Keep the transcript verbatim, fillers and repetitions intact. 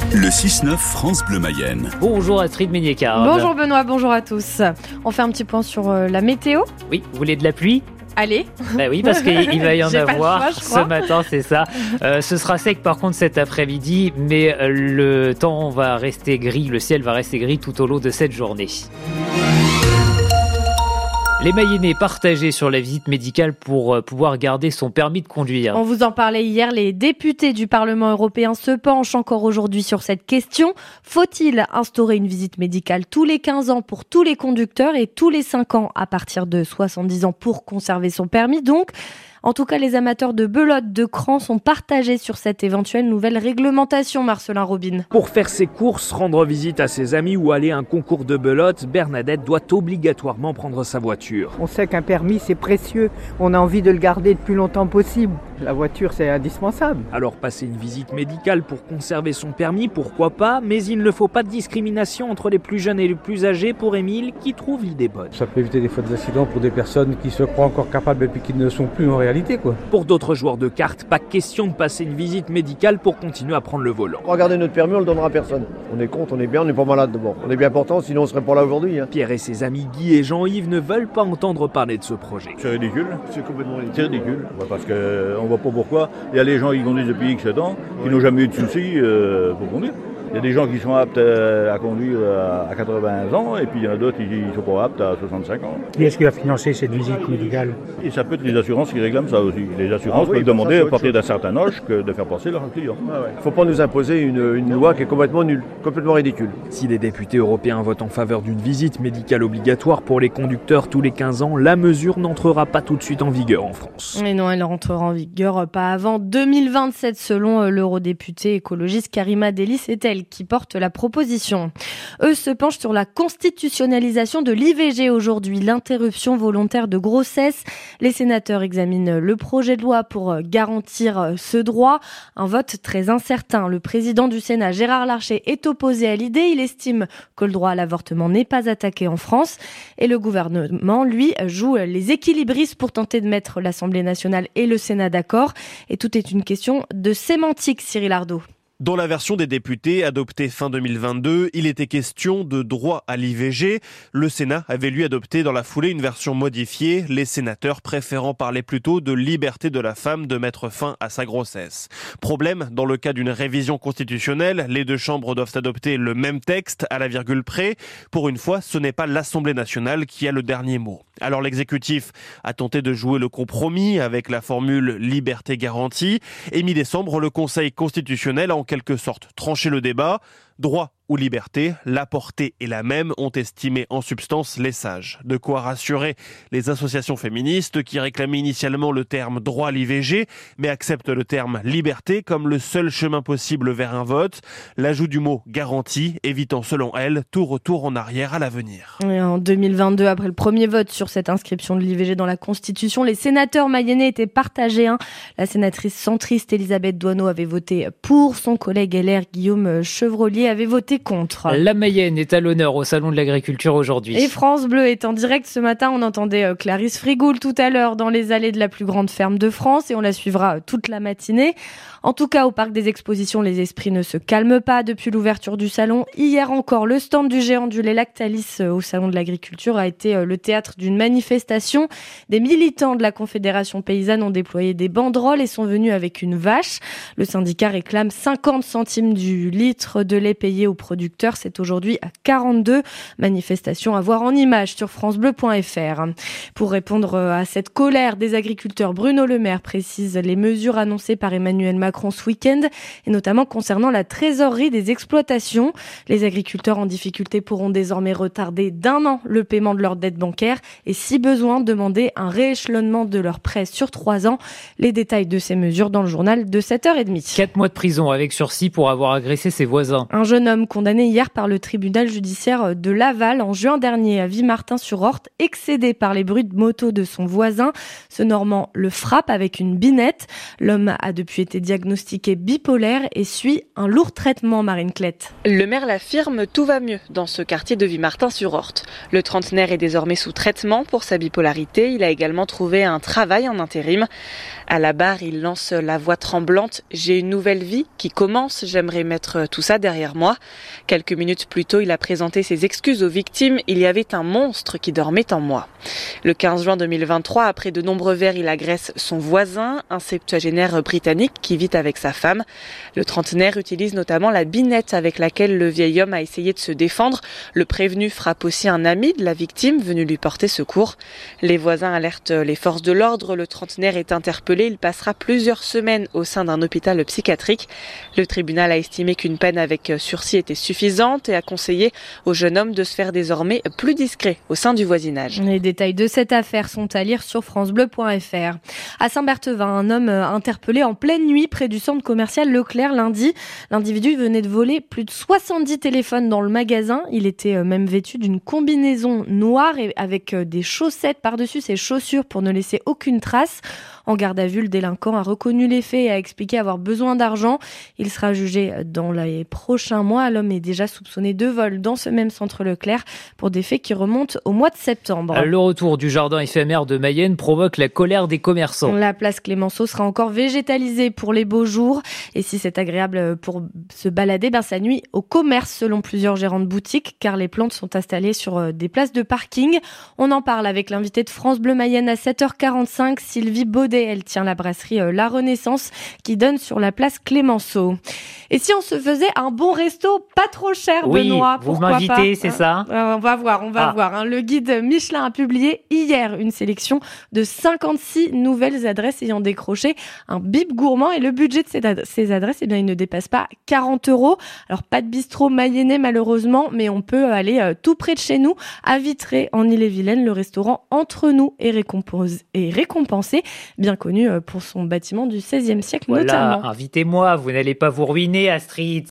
Le six neuf France Bleu Mayenne. Bonjour Astrid Méniécard. Bonjour Benoît, bonjour à tous. On fait un petit point sur euh, la météo. Oui, vous voulez de la pluie ? Allez. Bah oui, parce qu'il va y en J'ai avoir pas le choix, ce matin, c'est ça. Euh, ce sera sec par contre cet après-midi, mais le temps va rester gris, le ciel va rester gris tout au long de cette journée. Les Mayennais partagés sur la visite médicale pour pouvoir garder son permis de conduire. On vous en parlait hier, les députés du Parlement européen se penchent encore aujourd'hui sur cette question. Faut-il instaurer une visite médicale tous les quinze ans pour tous les conducteurs et tous les cinq ans à partir de soixante-dix ans pour conserver son permis donc ? En tout cas, les amateurs de belote de cran sont partagés sur cette éventuelle nouvelle réglementation, Marcelin Robin. Pour faire ses courses, rendre visite à ses amis ou aller à un concours de belote, Bernadette doit obligatoirement prendre sa voiture. On sait qu'un permis, c'est précieux. On a envie de le garder le plus longtemps possible. La voiture, c'est indispensable. Alors, passer une visite médicale pour conserver son permis, pourquoi pas, mais il ne faut pas de discrimination entre les plus jeunes et les plus âgés pour Émile, qui trouve l'idée bonne. Ça peut éviter des fois des accidents pour des personnes qui se croient encore capables et puis qui ne le sont plus en réalité. Quoi. Pour d'autres joueurs de cartes, pas question de passer une visite médicale pour continuer à prendre le volant. Regardez notre permis, on le donnera à personne. On est contre, on est bien, on n'est pas malade d'abord. On est bien portant, sinon on serait pas là aujourd'hui. Hein. Pierre et ses amis Guy et Jean-Yves ne veulent pas entendre parler de ce projet. C'est ridicule. C'est complètement ridicule. C'est ridicule. Parce qu'on ne voit pas pourquoi. Il y a les gens qui conduisent depuis X ans, qui oui. n'ont jamais eu de soucis euh, pour conduire. Il y a des gens qui sont aptes à conduire à quatre-vingts ans et puis il y en a d'autres qui ne sont pas aptes à soixante-cinq ans. Qui est-ce qui va financer cette visite médicale ? Et ça peut être les assurances qui réclament ça aussi. Les assurances ah oui, peuvent demander à partir d'un certain âge que de faire passer leurs clients. Il ah ouais. ne faut pas nous imposer une, une loi qui est complètement nulle, complètement ridicule. Si les députés européens votent en faveur d'une visite médicale obligatoire pour les conducteurs tous les quinze ans, la mesure n'entrera pas tout de suite en vigueur en France. Mais non, elle rentrera en vigueur pas avant deux mille vingt-sept selon l'eurodéputée écologiste Karima Delli. C'est elle qui porte la proposition. Eux se penchent sur la constitutionnalisation de l'I V G aujourd'hui, l'interruption volontaire de grossesse. Les sénateurs examinent le projet de loi pour garantir ce droit. Un vote très incertain. Le président du Sénat, Gérard Larcher, est opposé à l'idée. Il estime que le droit à l'avortement n'est pas attaqué en France. Et le gouvernement, lui, joue les équilibristes pour tenter de mettre l'Assemblée nationale et le Sénat d'accord. Et tout est une question de sémantique, Cyril Ardo. Dans la version des députés adoptée fin deux mille vingt-deux, il était question de droit à l'I V G. Le Sénat avait lui adopté dans la foulée une version modifiée, les sénateurs préférant parler plutôt de liberté de la femme de mettre fin à sa grossesse. Problème, dans le cas d'une révision constitutionnelle, les deux chambres doivent adopter le même texte à la virgule près. Pour une fois, ce n'est pas l'Assemblée nationale qui a le dernier mot. Alors l'exécutif a tenté de jouer le compromis avec la formule liberté garantie et mi-décembre, le Conseil constitutionnel a en quelque sorte tranché le débat. Droit ou liberté, la portée est la même, ont estimé en substance les sages. De quoi rassurer les associations féministes qui réclamaient initialement le terme droit à l'I V G, mais acceptent le terme liberté comme le seul chemin possible vers un vote. L'ajout du mot garantie, évitant selon elle tout retour en arrière à l'avenir. Et en deux mille vingt-deux, après le premier vote sur cette inscription de l'I V G dans la Constitution, les sénateurs mayennais étaient partagés. Hein. La sénatrice centriste Elisabeth Doineau avait voté pour, son collègue L R Guillaume Chevrolier avait voté contre. La Mayenne est à l'honneur au Salon de l'Agriculture aujourd'hui. Et France Bleu est en direct ce matin. On entendait Clarisse Frigoul tout à l'heure dans les allées de la plus grande ferme de France et on la suivra toute la matinée. En tout cas, au Parc des Expositions, les esprits ne se calment pas depuis l'ouverture du salon. Hier encore, le stand du géant du lait Lactalis au Salon de l'Agriculture a été le théâtre d'une manifestation. Des militants de la Confédération paysanne ont déployé des banderoles et sont venus avec une vache. Le syndicat réclame cinquante centimes du litre de lait payé aux producteurs. C'est aujourd'hui à quarante-deux. Manifestation à voir en images sur francebleu point f r. Pour répondre à cette colère des agriculteurs, Bruno Le Maire précise les mesures annoncées par Emmanuel Macron ce week-end, et notamment concernant la trésorerie des exploitations. Les agriculteurs en difficulté pourront désormais retarder d'un an le paiement de leurs dettes bancaires et, si besoin, demander un rééchelonnement de leurs prêts sur trois ans. Les détails de ces mesures dans le journal de sept heures trente. Quatre mois de prison avec sursis pour avoir agressé ses voisins. Un jeune homme condamné hier par le tribunal judiciaire de Laval en juin dernier à Vimartin-sur-Orte, excédé par les bruits de moto de son voisin. Ce Normand le frappe avec une binette. L'homme a depuis été diagnostiqué bipolaire et suit un lourd traitement, Marine Clette. Le maire l'affirme, tout va mieux dans ce quartier de Vimartin-sur-Orte. Le trentenaire est désormais sous traitement pour sa bipolarité. Il a également trouvé un travail en intérim. À la barre, il lance la voix tremblante. « J'ai une nouvelle vie qui commence. J'aimerais mettre tout ça derrière moi. » Quelques minutes plus tôt, il a présenté ses excuses aux victimes. « Il y avait un monstre qui dormait en moi. » Le quinze juin deux mille vingt-trois, après de nombreux verres, il agresse son voisin, un septuagénaire britannique qui vit avec sa femme. Le trentenaire utilise notamment la binette avec laquelle le vieil homme a essayé de se défendre. Le prévenu frappe aussi un ami de la victime venu lui porter secours. Les voisins alertent les forces de l'ordre. Le trentenaire est interpellé. Il passera plusieurs semaines au sein d'un hôpital psychiatrique. Le tribunal a estimé qu'une peine avec sursis était suffisante et a conseillé au jeune homme de se faire désormais plus discret au sein du voisinage. Les détails de cette affaire sont à lire sur francebleu point f r. À Saint-Berthevin, un homme interpellé en pleine nuit près du centre commercial Leclerc lundi. L'individu venait de voler plus de soixante-dix téléphones dans le magasin. Il était même vêtu d'une combinaison noire et avec des chaussettes par-dessus ses chaussures pour ne laisser aucune trace. En garde à vue, le délinquant a reconnu les faits et a expliqué avoir besoin d'argent. Il sera jugé dans les prochains mois. L'homme est déjà soupçonné de vol dans ce même centre Leclerc pour des faits qui remontent au mois de septembre. Le retour du jardin éphémère de Mayenne provoque la colère des commerçants. La place Clémenceau sera encore végétalisée pour les beaux jours. Et si c'est agréable pour se balader, ben ça nuit au commerce selon plusieurs gérants de boutiques car les plantes sont installées sur des places de parking. On en parle avec l'invité de France Bleu Mayenne à sept heures quarante-cinq, Sylvie Baudet. Elle tient la brasserie La Renaissance qui donne sur la place Clémenceau. Et si on se faisait un bon resto pas trop cher, oui, Benoît, vous pourquoi m'invitez, pas, c'est hein ça euh, On va voir, on va ah. voir. Hein. Le guide Michelin a publié hier une sélection de cinquante-six nouvelles adresses ayant décroché un bip gourmand et le budget de ces, ad- ces adresses, eh bien, il ne dépasse pas quarante euros. Alors pas de bistrot mayennais malheureusement, mais on peut aller euh, tout près de chez nous, à Vitré en Ille-et-Vilaine. Le restaurant Entre nous est, récompos- est récompensé, bien connu pour son bâtiment du seizième siècle voilà, notamment. Invitez-moi, vous n'allez pas vous ruiner, Astrid.